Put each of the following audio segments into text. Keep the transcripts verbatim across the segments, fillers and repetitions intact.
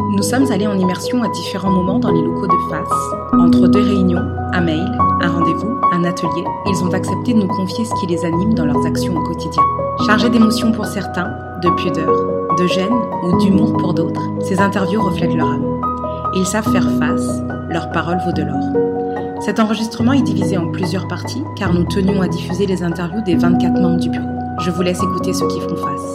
Nous sommes allés en immersion à différents moments dans les locaux de F A S. Entre deux réunions, un mail, un rendez-vous, un atelier, ils ont accepté de nous confier ce qui les anime dans leurs actions au quotidien. Chargées d'émotions pour certains, de pudeur, de gêne ou d'humour pour d'autres, ces interviews reflètent leur âme. Ils savent faire face, leur parole vaut de l'or. Cet enregistrement est divisé en plusieurs parties car nous tenions à diffuser les interviews des vingt-quatre membres du bureau. Je vous laisse écouter ceux qui font face.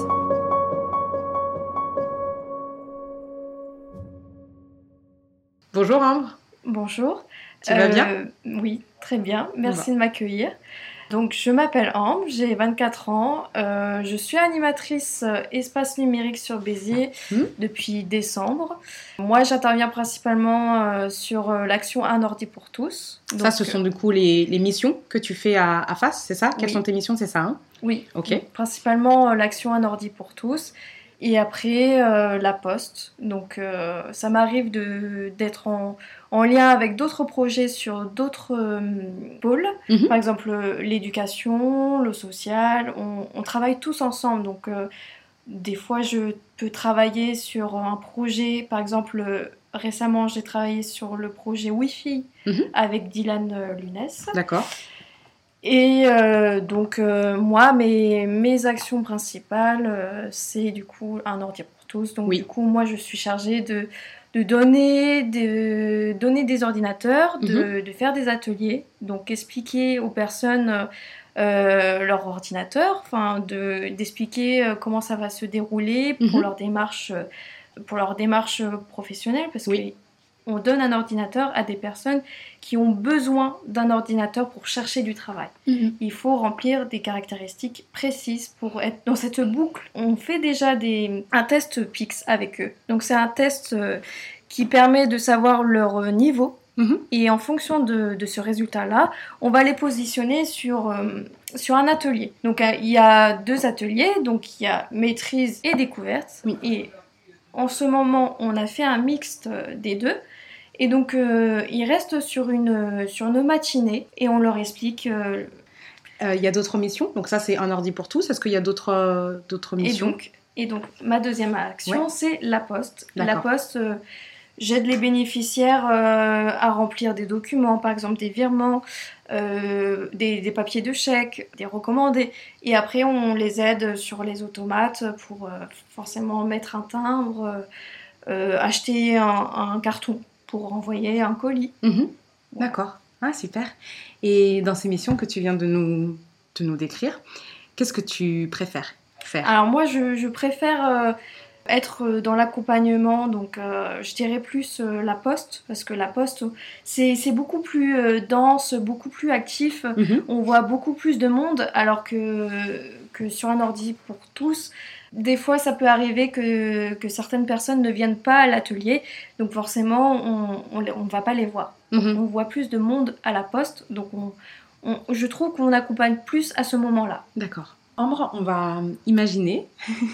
Bonjour Ambre. Bonjour. Tu vas bien ? euh, Oui, très bien. Merci de m'accueillir. Donc, je m'appelle Ambre, j'ai vingt-quatre ans. Euh, je suis animatrice euh, espace numérique sur Béziers mmh. depuis décembre. Moi, j'interviens principalement euh, sur euh, l'action Un ordi pour tous. Donc, ça, ce sont du coup les, les missions que tu fais à, à F A S, c'est ça ? Quelles oui. sont tes missions, c'est ça hein ? Oui, ok. Donc, principalement euh, l'action Un ordi pour tous. Et après, euh, la poste. Donc, euh, ça m'arrive de, d'être en, en lien avec d'autres projets sur d'autres euh, pôles. Mm-hmm. Par exemple, l'éducation, le social. On, on travaille tous ensemble. Donc, euh, des fois, je peux travailler sur un projet. Par exemple, euh, récemment, j'ai travaillé sur le projet Wi-Fi mm-hmm. avec Dylan euh, Lunes. D'accord. Et euh, donc, euh, moi, mes, mes actions principales, euh, c'est du coup un ordi pour tous. Donc, oui. du coup, moi, je suis chargée de, de, donner, de donner des ordinateurs, de, mm-hmm. de faire des ateliers, donc expliquer aux personnes euh, leur ordinateur, enfin, de, d'expliquer comment ça va se dérouler pour, mm-hmm. leur, démarche, pour leur démarche professionnelle, parce oui. que on donne un ordinateur à des personnes qui ont besoin d'un ordinateur pour chercher du travail. Mmh. Il faut remplir des caractéristiques précises pour être dans cette boucle. On fait déjà des, un test P I X avec eux. Donc c'est un test euh, qui permet de savoir leur niveau. Mmh. Et en fonction de, de ce résultat-là, on va les positionner sur, euh, sur un atelier. Donc euh, il y a deux ateliers. Donc il y a maîtrise et découverte. Oui. Et en ce moment, on a fait un mixte des deux. Et donc, euh, ils restent sur une, sur une matinée et on leur explique... Il euh... euh, y a d'autres missions. Donc ça, c'est Un ordi pour tous. Est-ce qu'il y a d'autres, euh, d'autres missions ? et donc, et donc, ma deuxième action, ouais. c'est la poste. D'accord. La poste, euh, j'aide les bénéficiaires euh, à remplir des documents, par exemple des virements, euh, des, des papiers de chèque, des recommandés. Et après, on les aide sur les automates pour euh, forcément mettre un timbre, euh, acheter un, un carton pour envoyer un colis. Mmh. D'accord, ah, super. Et dans ces missions que tu viens de nous, de nous décrire, qu'est-ce que tu préfères faire ? Alors moi, je, je préfère euh, être dans l'accompagnement, donc euh, je dirais plus euh, la poste, parce que la poste, c'est, c'est beaucoup plus euh, dense, beaucoup plus actif, mmh. on voit beaucoup plus de monde, alors que, que sur un ordi pour tous, des fois, ça peut arriver que, que certaines personnes ne viennent pas à l'atelier, donc forcément, on ne va pas les voir. Mm-hmm. On voit plus de monde à la poste, donc on, on, je trouve qu'on accompagne plus à ce moment-là. D'accord. Ambre, on va imaginer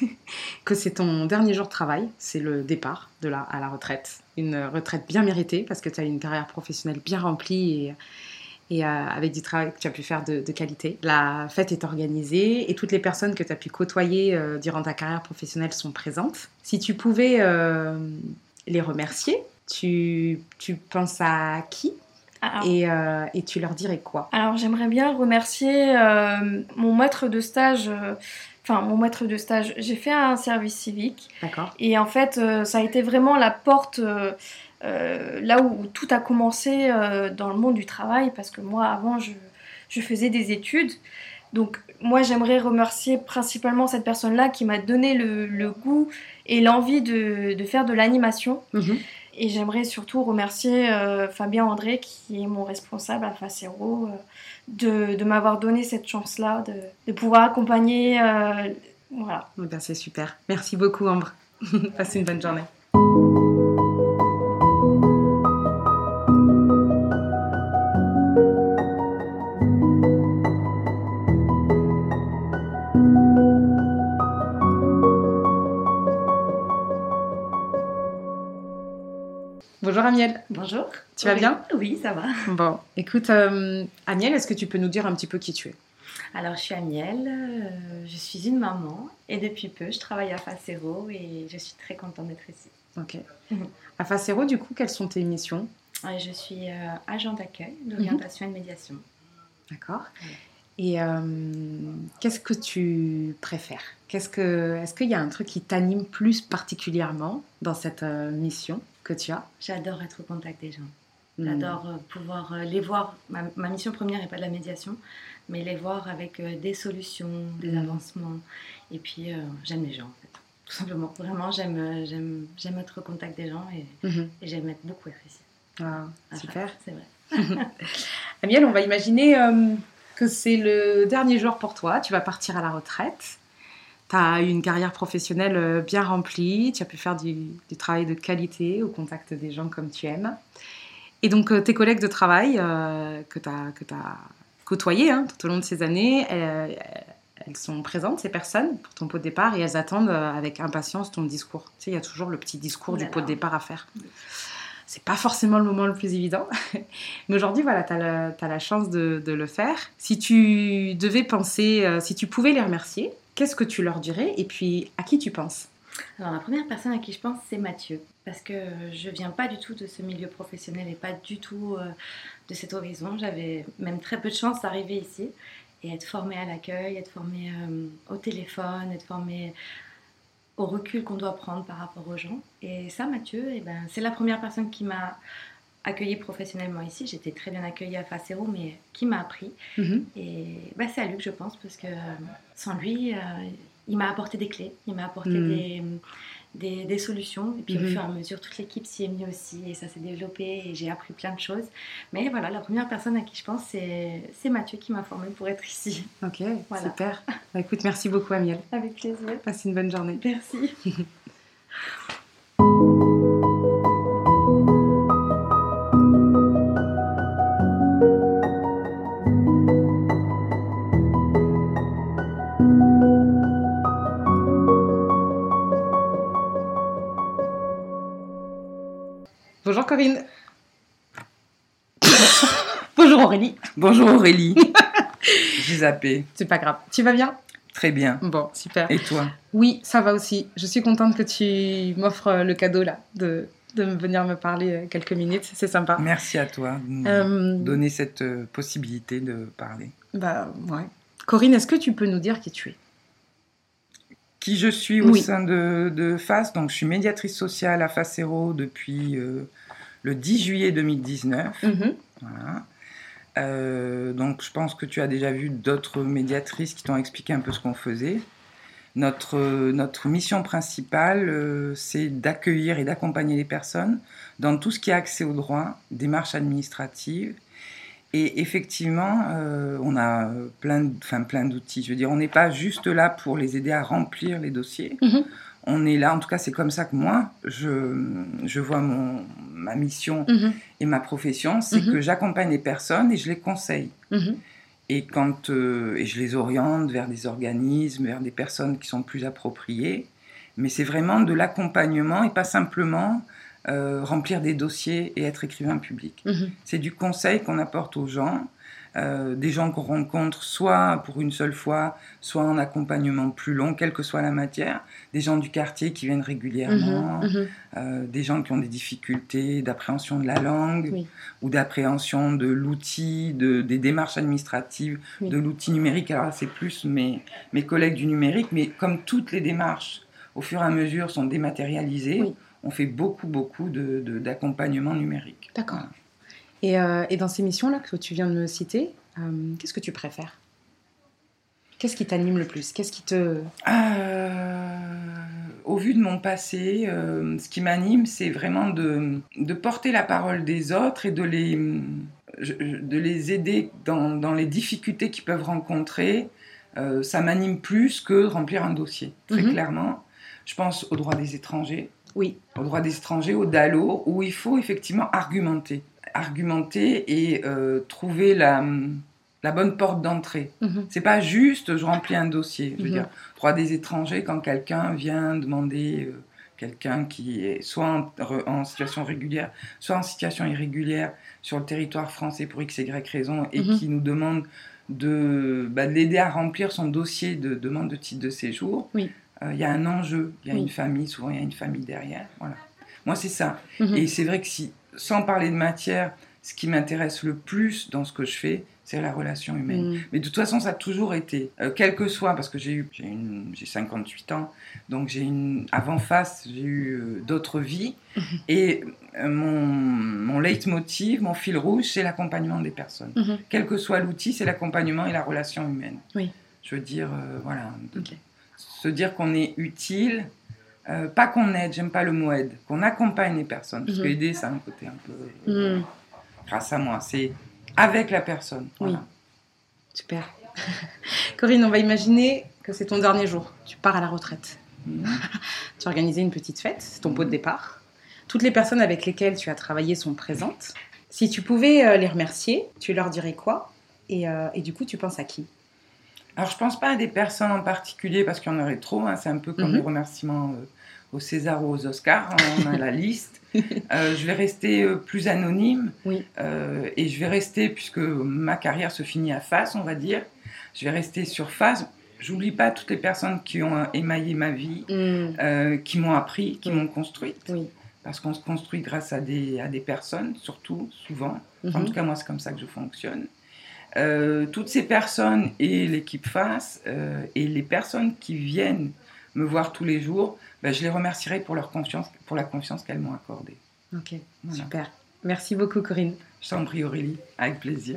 que c'est ton dernier jour de travail, c'est le départ de la, à la retraite. Une retraite bien méritée, parce que tu as une carrière professionnelle bien remplie et... et euh, avec du travail que tu as pu faire de, de qualité. La fête est organisée et toutes les personnes que tu as pu côtoyer euh, durant ta carrière professionnelle sont présentes. Si tu pouvais euh, les remercier, tu, tu penses à qui ? Alors, et, euh, et tu leur dirais quoi ? Alors j'aimerais bien remercier euh, mon maître de stage... Euh, Enfin, mon maître de stage, j'ai fait un service civique. D'accord. Et en fait, euh, ça a été vraiment la porte... Euh, Euh, là où tout a commencé euh, dans le monde du travail, parce que moi avant je, je faisais des études, donc moi j'aimerais remercier principalement cette personne là qui m'a donné le, le goût et l'envie de, de faire de l'animation. Mmh. Et j'aimerais surtout remercier euh, Fabien André qui est mon responsable à Facero euh, de, de m'avoir donné cette chance là de, de pouvoir accompagner euh, voilà. Ben, c'est super, merci beaucoup Ambre. Passez une bonne journée. Bonjour Amiel. Bonjour. Tu vas oui. bien ? Oui, ça va. Bon, écoute, euh, Amiel, est-ce que tu peux nous dire un petit peu qui tu es ? Alors, je suis Amiel, euh, je suis une maman et depuis peu, je travaille à Facero et je suis très contente d'être ici. Ok. Mmh. À Facero, du coup, quelles sont tes missions ? Je suis euh, agent d'accueil, d'orientation mmh. et de médiation. D'accord. Ouais. Et euh, qu'est-ce que tu préfères ? Qu'est-ce que, Est-ce qu'il y a un truc qui t'anime plus particulièrement dans cette euh, mission que tu as ? J'adore être au contact des gens. Mmh. J'adore euh, pouvoir euh, les voir. Ma, ma mission première n'est pas de la médiation, mais les voir avec euh, des solutions, des mmh. avancements. Et puis, euh, j'aime les gens, en fait. Tout simplement. Vraiment, j'aime, j'aime, j'aime être au contact des gens et, mmh. et j'aime être, beaucoup être ici. Ah, super. Enfin, c'est vrai. Amiel, on va imaginer euh, que c'est le dernier jour pour toi. Tu vas partir à la retraite. Tu as eu une carrière professionnelle bien remplie. Tu as pu faire du, du travail de qualité au contact des gens comme tu aimes. Et donc, euh, tes collègues de travail euh, que tu as que tu as côtoyés hein, tout au long de ces années, elles, elles sont présentes, ces personnes, pour ton pot de départ, et elles attendent avec impatience ton discours. Tu sais, il y a toujours le petit discours du pot de départ à faire. C'est pas forcément le moment le plus évident. Mais aujourd'hui, voilà, tu as la chance de, de le faire. Si tu devais penser, euh, si tu pouvais les remercier, qu'est-ce que tu leur dirais ? Et puis, à qui tu penses ? Alors, la première personne à qui je pense, c'est Mathieu. Parce que je ne viens pas du tout de ce milieu professionnel et pas du tout euh, de cet horizon. J'avais même très peu de chance d'arriver ici et être formée à l'accueil, être formée euh, au téléphone, être formée au recul qu'on doit prendre par rapport aux gens. Et ça, Mathieu, eh ben, c'est la première personne qui m'a accueillie professionnellement ici. J'étais très bien accueillie à Facero, mais qui m'a appris. Mm-hmm. Et ben, c'est à lui que je pense, parce que sans lui, euh, il m'a apporté des clés, il m'a apporté mm. des, des, des solutions. Et puis mm-hmm. au fur et à mesure, toute l'équipe s'y est mise aussi, et ça s'est développé, et j'ai appris plein de choses. Mais voilà, la première personne à qui je pense, c'est, c'est Mathieu qui m'a formée pour être ici. Ok, voilà. Super. Bah, écoute, merci beaucoup, Amiel. Avec plaisir. Passe une bonne journée. Merci. Bonjour Corinne. Bonjour Aurélie. Bonjour Aurélie. J'ai zappé. C'est pas grave. Tu vas bien ? Très bien. Bon, super. Et toi ? Oui, ça va aussi. Je suis contente que tu m'offres le cadeau là, de, de venir me parler quelques minutes. C'est sympa. Merci à toi de nous euh... donner cette possibilité de parler. Bah ouais. Corinne, est-ce que tu peux nous dire qui tu es ? Qui je suis au oui. sein de, de F A C. Donc, je suis médiatrice sociale à Facero depuis euh, le dix juillet deux mille dix-neuf. Mm-hmm. Voilà. Euh, donc, je pense que tu as déjà vu d'autres médiatrices qui t'ont expliqué un peu ce qu'on faisait. Notre, euh, notre mission principale, euh, c'est d'accueillir et d'accompagner les personnes dans tout ce qui est accès au droit, démarches administratives. Et effectivement, euh, on a plein, enfin, plein d'outils. Je veux dire, on n'est pas juste là pour les aider à remplir les dossiers. Mmh. On est là, en tout cas, c'est comme ça que moi, je, je vois mon, ma mission mmh. et ma profession, c'est mmh. que j'accompagne les personnes et je les conseille. Mmh. Et, quand, euh, et je les oriente vers des organismes, vers des personnes qui sont plus appropriées. Mais c'est vraiment de l'accompagnement et pas simplement... Euh, remplir des dossiers et être écrivain public. Mmh. C'est du conseil qu'on apporte aux gens, euh, des gens qu'on rencontre soit pour une seule fois, soit en accompagnement plus long, quelle que soit la matière, des gens du quartier qui viennent régulièrement, mmh. euh, des gens qui ont des difficultés d'appréhension de la langue oui. ou d'appréhension de l'outil, de, des démarches administratives, oui. de l'outil numérique. Alors là, c'est plus mes, mes collègues du numérique, mais comme toutes les démarches, au fur et à mesure, sont dématérialisées, oui. on fait beaucoup, beaucoup de, de, d'accompagnement numérique. D'accord. Voilà. Et, euh, et dans ces missions-là que tu viens de me citer, euh, qu'est-ce que tu préfères ? Qu'est-ce qui t'anime le plus ? Qu'est-ce qui te... Euh, au vu de mon passé, euh, ce qui m'anime, c'est vraiment de, de porter la parole des autres et de les, de les aider dans, dans les difficultés qu'ils peuvent rencontrer. Euh, ça m'anime plus que remplir un dossier, très mm-hmm. clairement. Je pense aux droits des étrangers. Oui. Aux droits des étrangers, au D A L O, où il faut effectivement argumenter. Argumenter et euh, trouver la, la bonne porte d'entrée. Mm-hmm. C'est pas juste, je remplis un dossier. Je veux mm-hmm. dire, droits des étrangers, quand quelqu'un vient demander, euh, quelqu'un qui est soit en, en situation régulière, soit en situation irrégulière sur le territoire français pour X, Y raison, et mm-hmm. qui nous demande de, bah, de l'aider à remplir son dossier de demande de titre de séjour. Oui. Il euh, y a un enjeu, il y a oui. une famille, souvent il y a une famille derrière, voilà. Moi, c'est ça. Mmh. Et c'est vrai que si, sans parler de matière, ce qui m'intéresse le plus dans ce que je fais, c'est la relation humaine. Mmh. Mais de toute façon, ça a toujours été, euh, quel que soit, parce que j'ai eu, j'ai, une, j'ai cinquante-huit ans, donc j'ai une, avant Face, j'ai eu euh, d'autres vies, mmh. et euh, mon, mon leitmotiv, mon fil rouge, c'est l'accompagnement des personnes. Mmh. Quel que soit l'outil, c'est l'accompagnement et la relation humaine. Oui. Je veux dire, euh, voilà, okay. se dire qu'on est utile, euh, pas qu'on aide, j'aime pas le mot aide, qu'on accompagne les personnes, parce mmh. que aider, ça a un côté un peu... Euh, mmh. grâce à moi, c'est avec la personne. Voilà. Oui, super. Corinne, on va imaginer que c'est ton dernier jour. Tu pars à la retraite. Mmh. Tu as organisé une petite fête, c'est ton pot de départ. Toutes les personnes avec lesquelles tu as travaillé sont présentes. Si tu pouvais euh, les remercier, tu leur dirais quoi ? et, euh, et du coup, tu penses à qui ? Alors, je ne pense pas à des personnes en particulier, parce qu'il y en aurait trop. Hein. C'est un peu comme mmh. les remerciements euh, aux César ou aux Oscars. Hein. On a la liste. Euh, je vais rester euh, plus anonyme. Oui. Euh, et je vais rester, puisque ma carrière se finit à Face, on va dire, je vais rester sur Face. J'oublie pas toutes les personnes qui ont émaillé ma vie, mmh. euh, qui m'ont appris, qui mmh. m'ont construite. Oui. Parce qu'on se construit grâce à des, à des personnes, surtout, souvent. Mmh. En tout cas, moi, c'est comme ça que je fonctionne. Euh, toutes ces personnes et l'équipe Face, euh, et les personnes qui viennent me voir tous les jours, ben, je les remercierai pour leur confiance, pour la confiance qu'elles m'ont accordée. Ok, voilà. Super. Merci beaucoup, Corinne. Je t'en prie, Aurélie, avec plaisir.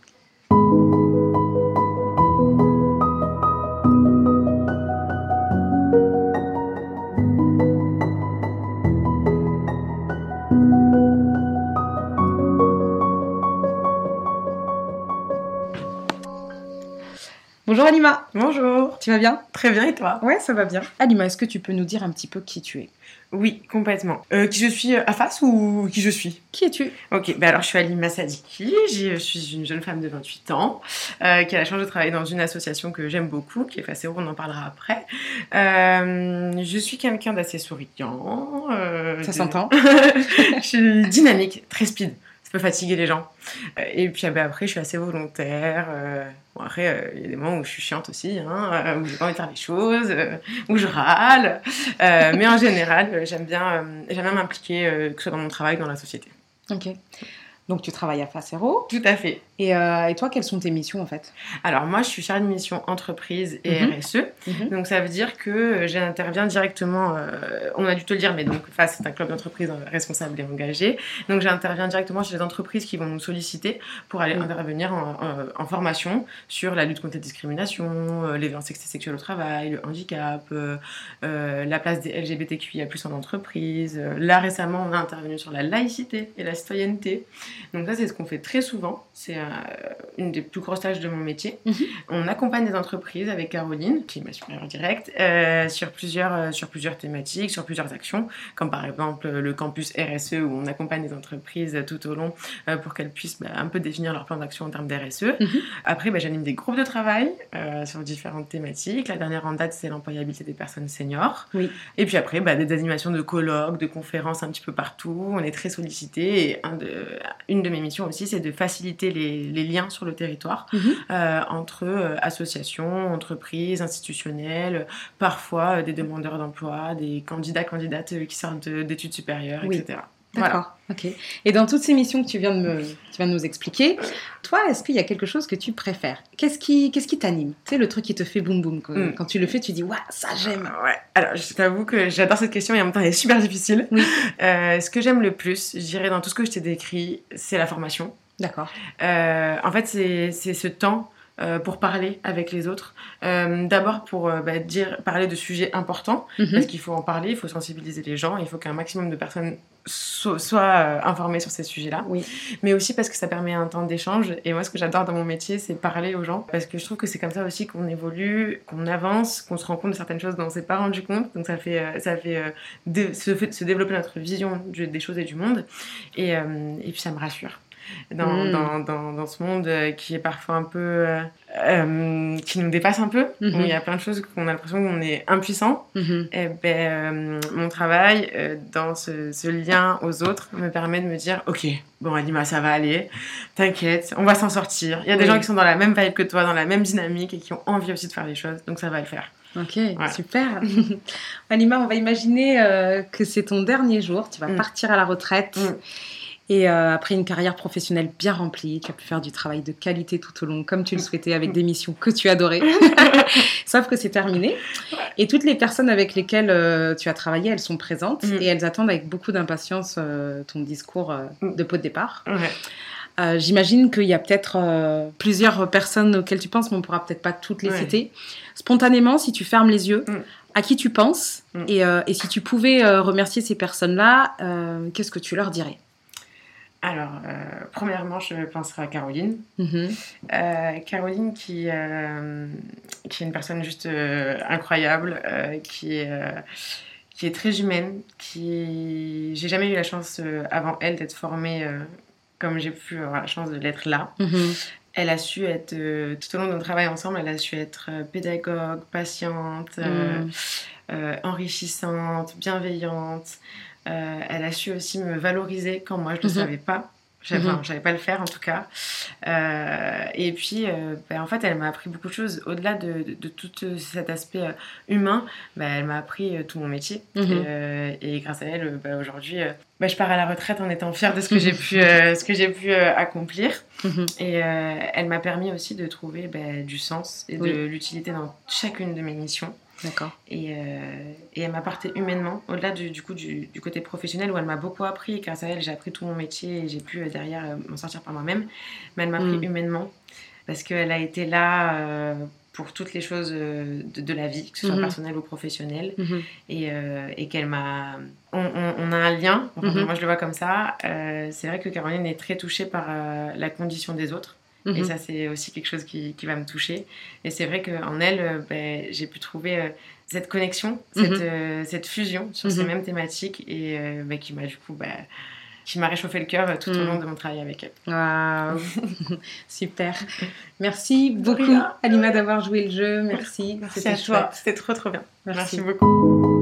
Bonjour Halima. Bonjour. Tu vas bien ? Très bien, et toi ? Ouais, ça va bien. Halima, est-ce que tu peux nous dire un petit peu qui tu es ? Oui, complètement. Euh, qui je suis à Face ou qui je suis ? Qui es-tu ? Ok, bah alors je suis Halima Sadiki, je suis une jeune femme de vingt-huit ans euh, qui a la chance de travailler dans une association que j'aime beaucoup, qui est Facero, on en parlera après. Euh, je suis quelqu'un d'assez souriant. Euh, Ça de... s'entend. Je suis dynamique, très speed. Peut fatiguer les gens. Et puis bah, après, je suis assez volontaire. Euh, bon, après, il euh, y a des moments où je suis chiante aussi, hein, où j'ai pas envie de faire les choses, euh, où je râle. Euh, mais en général, j'aime bien, euh, j'aime bien m'impliquer, euh, que ce soit dans mon travail, dans la société. Ok. Donc, tu travailles à Facero. Tout à fait. Et, euh, et toi, quelles sont tes missions, en fait ? Alors, moi, je suis chargée de mission entreprise et mm-hmm. R S E. Mm-hmm. Donc, ça veut dire que j'interviens directement... Euh, on a dû te le dire, mais donc, Face, c'est un club d'entreprise responsable et engagé. Donc, j'interviens directement chez les entreprises qui vont nous solliciter pour aller mm-hmm. intervenir en, en, en formation sur la lutte contre la discrimination, euh, les violences sexuelles au travail, le handicap, euh, euh, la place des L G B T Q I A plus, en entreprise. Là, récemment, on a intervenu sur la laïcité et la citoyenneté. Donc ça, c'est ce qu'on fait très souvent. C'est euh, une des plus grosses tâches de mon métier. Mmh. On accompagne des entreprises avec Caroline, qui est ma supérieure directe, euh, sur, plusieurs, euh, sur plusieurs thématiques, sur plusieurs actions, comme par exemple le campus R S E, où on accompagne les entreprises tout au long euh, pour qu'elles puissent bah, un peu définir leur plan d'action en termes d'R S E. Mmh. Après, bah, j'anime des groupes de travail euh, sur différentes thématiques. La dernière en date, c'est l'employabilité des personnes seniors. Oui. Et puis après, bah, des animations de colloques, de conférences un petit peu partout. On est très sollicités. Et un de, une de mes missions aussi, c'est de faciliter les, les liens sur le territoire mmh. euh, entre euh, associations, entreprises, institutionnelles, parfois euh, des demandeurs d'emploi, des candidats, candidates euh, qui sortent de, d'études supérieures, oui. et cetera. D'accord, voilà. Ok. Et dans toutes ces missions que tu viens de, me, tu viens de nous expliquer, toi, est-ce qu'il y a quelque chose que tu préfères ? Qu'est-ce qui, qu'est-ce qui t'anime ? Tu sais, le truc qui te fait boum boum. Quand, mm. quand tu le fais, tu dis, ouais, ça j'aime. Ouais. Alors, je t'avoue que j'adore cette question et en même temps, elle est super difficile. Oui. Euh, ce que j'aime le plus, je dirais, dans tout ce que je t'ai décrit, c'est la formation. D'accord. Euh, en fait, c'est, c'est ce temps euh, pour parler avec les autres. Euh, d'abord pour euh, bah, dire, parler de sujets importants, mm-hmm. parce qu'il faut en parler, il faut sensibiliser les gens, il faut qu'un maximum de personnes so- soient euh, informées sur ces sujets-là. Oui. Mais aussi parce que ça permet un temps d'échange. Et moi, ce que j'adore dans mon métier, c'est parler aux gens, parce que je trouve que c'est comme ça aussi qu'on évolue, qu'on avance, qu'on se rend compte de certaines choses dont on ne s'est pas rendu compte. Donc ça fait, euh, ça fait, euh, de, se, fait se développer notre vision du, des choses et du monde. Et, euh, et puis ça me rassure. Dans, mmh. dans, dans, dans ce monde euh, qui est parfois un peu... Euh, euh, qui nous dépasse un peu, mmh. où il y a plein de choses qu'on a l'impression qu'on est impuissant. Mmh. Et ben, euh, mon travail euh, dans ce, ce lien aux autres me permet de me dire « Ok, bon Halima, ça va aller, t'inquiète, on va s'en sortir. Il y a des oui. gens qui sont dans la même vibe que toi, dans la même dynamique et qui ont envie aussi de faire les choses, donc ça va le faire. » Ok, ouais. Super. Halima, on va imaginer euh, que c'est ton dernier jour, tu vas mmh. partir à la retraite. Mmh. Et euh, après une carrière professionnelle bien remplie, tu as pu faire du travail de qualité tout au long, comme tu le souhaitais, avec des missions que tu adorais. Sauf que c'est terminé. Et toutes les personnes avec lesquelles euh, tu as travaillé, elles sont présentes mmh. et elles attendent avec beaucoup d'impatience euh, ton discours euh, de pot de départ. Ouais. Euh, j'imagine qu'il y a peut-être euh, plusieurs personnes auxquelles tu penses, mais on ne pourra peut-être pas toutes les ouais. citer. Spontanément, si tu fermes les yeux, mmh. à qui tu penses mmh. et, euh, et si tu pouvais euh, remercier ces personnes-là, euh, qu'est-ce que tu leur dirais ? Alors, euh, premièrement, je penserai à Caroline. Mm-hmm. Euh, Caroline qui, euh, qui est une personne juste euh, incroyable, euh, qui, est, euh, qui est très humaine, qui... J'ai jamais eu la chance, euh, avant elle, d'être formée euh, comme j'ai pu avoir la chance de l'être là. Mm-hmm. Elle a su être, euh, tout au long de notre travail ensemble, elle a su être euh, pédagogue, patiente, euh, mm. euh, enrichissante, bienveillante. Euh, elle a su aussi me valoriser quand moi je ne le mmh. savais pas. J'avais, mmh. enfin, je savais pas le faire en tout cas. Euh, et puis, euh, bah, en fait, elle m'a appris beaucoup de choses. Au-delà de, de, de tout cet aspect euh, humain, bah, elle m'a appris euh, tout mon métier. Mmh. Et, euh, et grâce à elle, bah, aujourd'hui, euh, bah, je pars à la retraite en étant fière de ce que j'ai pu, euh, ce que j'ai pu euh, accomplir. Mmh. Et euh, elle m'a permis aussi de trouver bah, du sens et oui. de l'utilité dans chacune de mes missions. D'accord. Et, euh, et elle m'a porté humainement, au-delà du, du, coup, du, du côté professionnel où elle m'a beaucoup appris. Et grâce à elle, j'ai appris tout mon métier et j'ai pu euh, derrière euh, m'en sortir par moi-même. Mais elle m'a appris mmh. humainement parce qu'elle a été là euh, pour toutes les choses euh, de, de la vie, que ce soit mmh. personnelle ou professionnelle. Mmh. Et, euh, et qu'elle m'a... On, on, on a un lien, enfin, mmh. moi je le vois comme ça. Euh, c'est vrai que Caroline est très touchée par euh, la condition des autres. Mmh. Et ça, c'est aussi quelque chose qui, qui va me toucher. Et c'est vrai qu'en elle, euh, ben, j'ai pu trouver euh, cette connexion, mmh. cette, euh, cette fusion sur mmh. ces mêmes thématiques et euh, ben, qui m'a du coup... Ben, qui m'a réchauffé le cœur tout mmh. au long de mon travail avec elle. Waouh. Super. Merci beaucoup, Rien. Halima, d'avoir joué le jeu. Merci. Merci C'était à toi. Chouette. C'était trop, trop bien. Merci, Merci beaucoup.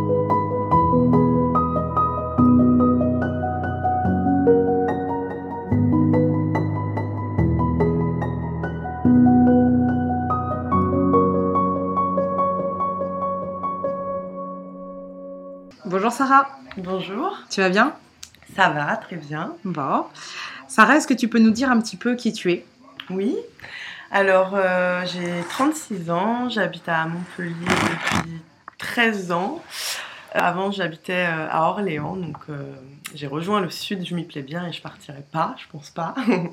Bonjour Sarah. Bonjour. Tu vas bien ? Ça va, très bien. Bon. Sarah, est-ce que tu peux nous dire un petit peu qui tu es ? Oui. Alors, euh, j'ai trente-six ans, j'habite à Montpellier depuis treize ans. Avant, j'habitais à Orléans, donc euh, j'ai rejoint le sud, je m'y plais bien et je partirai pas, je pense pas.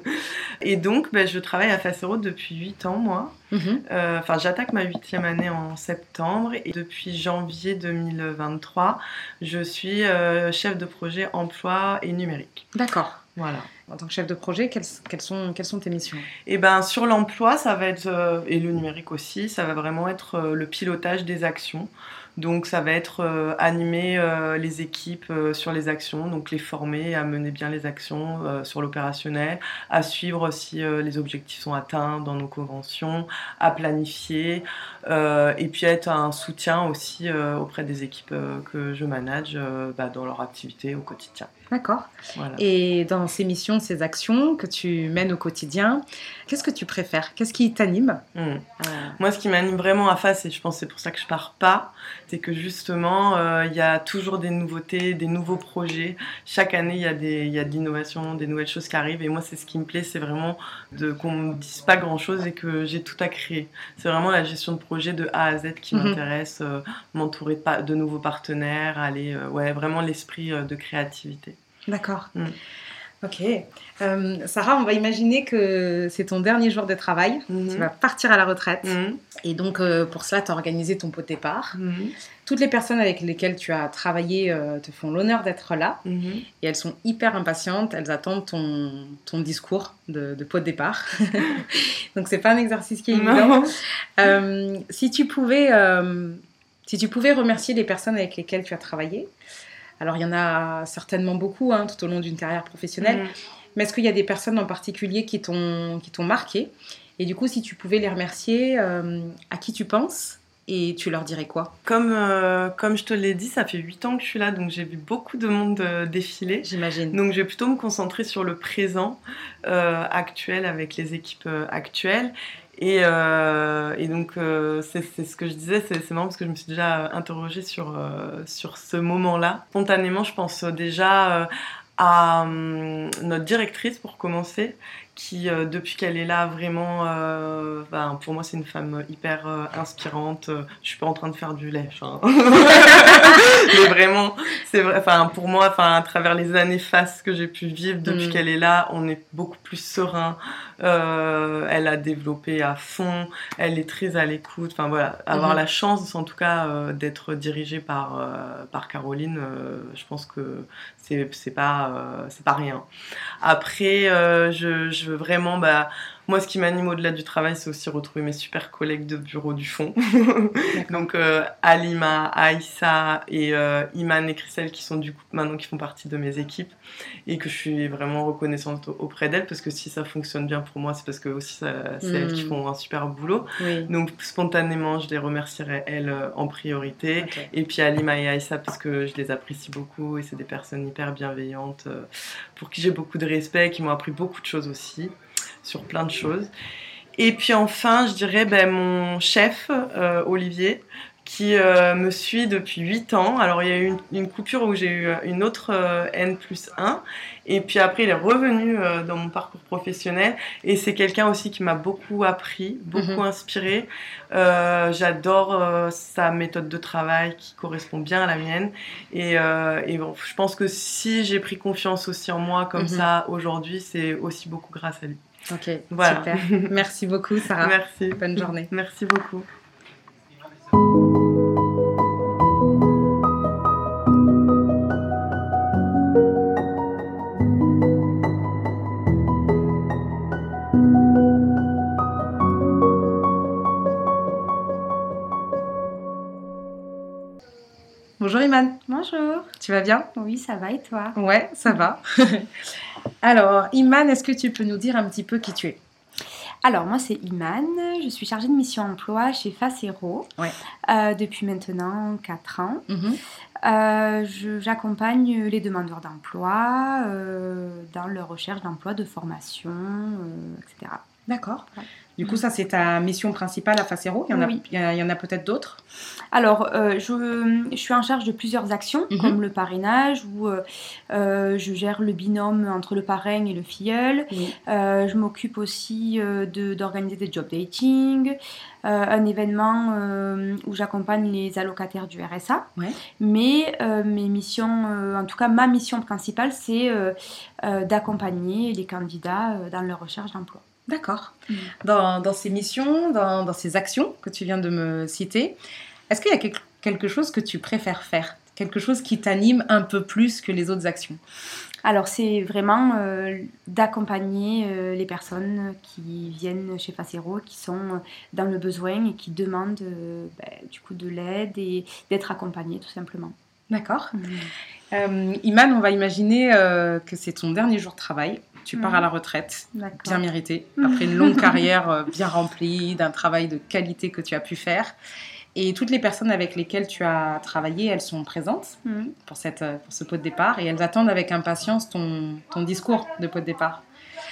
Et donc, ben, je travaille à Facero depuis huit ans, moi. Mm-hmm. Euh, enfin, j'attaque ma huitième année en septembre et depuis janvier deux mille vingt-trois, je suis euh, chef de projet emploi et numérique. D'accord. Voilà. En tant que chef de projet, quelles, quelles, sont, quelles sont tes missions ? Eh ben, sur l'emploi, ça va être, euh, et le numérique aussi, ça va vraiment être euh, le pilotage des actions. Donc ça va être euh, animer euh, les équipes euh, sur les actions, donc les former à mener bien les actions euh, sur l'opérationnel, à suivre si euh, les objectifs sont atteints dans nos conventions, à planifier euh, et puis être un soutien aussi euh, auprès des équipes euh, que je manage euh, bah, dans leur activité au quotidien. D'accord. Voilà. Et dans ces missions, ces actions que tu mènes au quotidien, qu'est-ce que tu préfères ? Qu'est-ce qui t'anime ? mmh. euh... Moi, ce qui m'anime vraiment à Face, et je pense que c'est pour ça que je pars pas, c'est que justement, il euh, y a toujours des nouveautés, des nouveaux projets. Chaque année, il y a des, il y a de l'innovation, des nouvelles choses qui arrivent. Et moi, c'est ce qui me plaît, c'est vraiment de, qu'on ne me dise pas grand-chose et que j'ai tout à créer. C'est vraiment la gestion de projet de A à Z qui mmh. m'intéresse, euh, m'entourer de, pa- de nouveaux partenaires, aller, euh, ouais, vraiment l'esprit euh, de créativité. D'accord. Mmh. Ok. Euh, Sarah, on va imaginer que c'est ton dernier jour de travail. Mmh. Tu vas partir à la retraite. Mmh. Et donc, euh, pour cela, tu as organisé ton pot de départ. Mmh. Toutes les personnes avec lesquelles tu as travaillé euh, te font l'honneur d'être là. Mmh. Et elles sont hyper impatientes. Elles attendent ton, ton discours de, de pot de départ. Donc, c'est pas un exercice qui est évident. Euh, si tu pouvais, euh, si tu pouvais remercier les personnes avec lesquelles tu as travaillé, alors, il y en a certainement beaucoup hein, tout au long d'une carrière professionnelle. Mmh. Mais est-ce qu'il y a des personnes en particulier qui t'ont, qui t'ont marqué ? Et du coup, si tu pouvais les remercier, euh, à qui tu penses ? Et tu leur dirais quoi ? Comme, euh, comme je te l'ai dit, ça fait huit ans que je suis là, donc j'ai vu beaucoup de monde euh, défiler. J'imagine. Donc je vais plutôt me concentrer sur le présent euh, actuel avec les équipes euh, actuelles. Et, euh, et donc, euh, c'est, c'est ce que je disais, c'est, c'est marrant parce que je me suis déjà interrogée sur, euh, sur ce moment-là. Spontanément, je pense déjà euh, à euh, notre directrice, pour commencer, qui, euh, depuis qu'elle est là, vraiment, euh, ben, pour moi, c'est une femme hyper euh, inspirante. Je suis pas en train de faire du lèche, hein. Mais vraiment, c'est vrai, enfin, pour moi, enfin, à travers les années fastes que j'ai pu vivre depuis mmh. qu'elle est là, on est beaucoup plus serein. Euh, elle a développé à fond, elle est très à l'écoute. Enfin voilà, avoir mmh. la chance, en tout cas, euh, d'être dirigée par euh, par Caroline, euh, je pense que c'est c'est pas euh, c'est pas rien. Après, euh, je je veux vraiment, bah, moi, ce qui m'anime au-delà du travail, c'est aussi retrouver mes super collègues de bureau du fond. Donc, euh, Alima, Aïssa et euh, Iman et Christelle, qui sont du coup maintenant qui font partie de mes équipes et que je suis vraiment reconnaissante auprès d'elles, parce que si ça fonctionne bien pour moi, c'est parce que aussi ça, c'est mmh. elles qui font un super boulot. Oui. Donc, spontanément, je les remercierai elles en priorité. Okay. Et puis Alima et Aïssa, parce que je les apprécie beaucoup et c'est des personnes hyper bienveillantes, euh, pour qui j'ai beaucoup de respect, qui m'ont appris beaucoup de choses aussi, sur plein de choses. Et puis enfin, je dirais ben, mon chef, euh, Olivier, qui euh, me suit depuis huit ans. Alors il y a eu une, une coupure où j'ai eu une autre euh, N plus un, et puis après il est revenu euh, dans mon parcours professionnel, et c'est quelqu'un aussi qui m'a beaucoup appris, beaucoup mmh. inspiré. Euh, j'adore euh, sa méthode de travail qui correspond bien à la mienne, et, euh, et bon, je pense que si j'ai pris confiance aussi en moi comme mmh. ça aujourd'hui, c'est aussi beaucoup grâce à lui. Ok, voilà. Super. Merci beaucoup, Sarah. Merci. Bonne journée. Merci beaucoup. Bonjour Iman. Bonjour. Tu vas bien? Oui, ça va, et toi? Ouais, ça va. Alors, Iman, est-ce que tu peux nous dire un petit peu qui tu es? Alors, moi, c'est Iman. Je suis chargée de mission emploi chez Facero ouais. euh, depuis maintenant quatre ans. Mm-hmm. Euh, je, j'accompagne les demandeurs d'emploi euh, dans leur recherche d'emploi, de formation, euh, et cetera. D'accord. Ouais. Du coup, ça, c'est ta mission principale à Facero. Il y en a, oui. il y en a peut-être d'autres? Alors, euh, je, je suis en charge de plusieurs actions, mm-hmm. comme le parrainage, où euh, euh, je gère le binôme entre le parrain et le filleul. Oui. Euh, je m'occupe aussi euh, de, d'organiser des job dating, euh, un événement euh, où j'accompagne les allocataires du R S A. Ouais. Mais euh, mes missions, euh, en tout cas ma mission principale, c'est euh, euh, d'accompagner les candidats euh, dans leur recherche d'emploi. D'accord. Mmh. Dans, dans ces missions, dans, dans ces actions que tu viens de me citer, est-ce qu'il y a quelque chose que tu préfères faire? Quelque chose qui t'anime un peu plus que les autres actions? Alors, c'est vraiment euh, d'accompagner euh, les personnes qui viennent chez Facero, qui sont dans le besoin et qui demandent euh, ben, du coup de l'aide et d'être accompagnées, tout simplement. D'accord. Mmh. Euh, Iman, on va imaginer euh, que c'est ton dernier jour de travail. Tu pars mmh. à la retraite, D'accord. bien méritée, après une longue carrière bien remplie, d'un travail de qualité que tu as pu faire. Et toutes les personnes avec lesquelles tu as travaillé, elles sont présentes mmh. pour, cette, pour ce pot de départ, et elles attendent avec impatience ton, ton discours de pot de départ.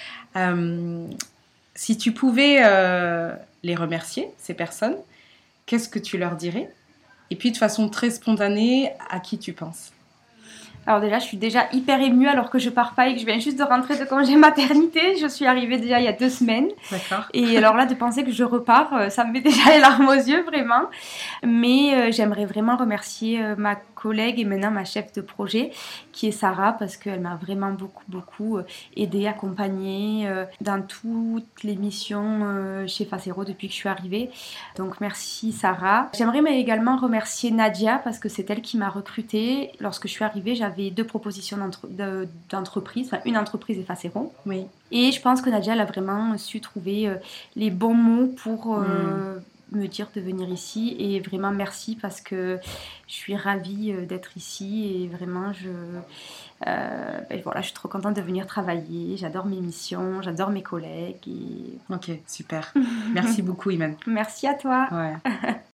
Euh, si tu pouvais euh, les remercier, ces personnes, qu'est-ce que tu leur dirais? Et puis de façon très spontanée, à qui tu penses? Alors déjà, je suis déjà hyper émue alors que je pars pas et que je viens juste de rentrer de congé maternité. Je suis arrivée déjà il y a deux semaines. D'accord. Et alors là, de penser que je repars, ça me met déjà les larmes aux yeux, vraiment. Mais euh, j'aimerais vraiment remercier euh, ma collègue et maintenant ma chef de projet, qui est Sarah, parce qu'elle m'a vraiment beaucoup, beaucoup aidée, accompagnée euh, dans toutes les missions euh, chez Facero depuis que je suis arrivée. Donc merci Sarah. J'aimerais mais également remercier Nadia, parce que c'est elle qui m'a recrutée. Lorsque je suis arrivée, j'avais deux propositions d'entre- de, d'entreprise, enfin une entreprise et Facero. Oui. Et je pense que Nadia, elle a vraiment su trouver euh, les bons mots pour euh, mmh. me dire de venir ici. Et vraiment merci, parce que je suis ravie euh, d'être ici. Et vraiment, je, euh, ben voilà, je suis trop contente de venir travailler. J'adore mes missions, j'adore mes collègues. Et... Ok, super. Merci beaucoup, Iman. Merci à toi. Ouais.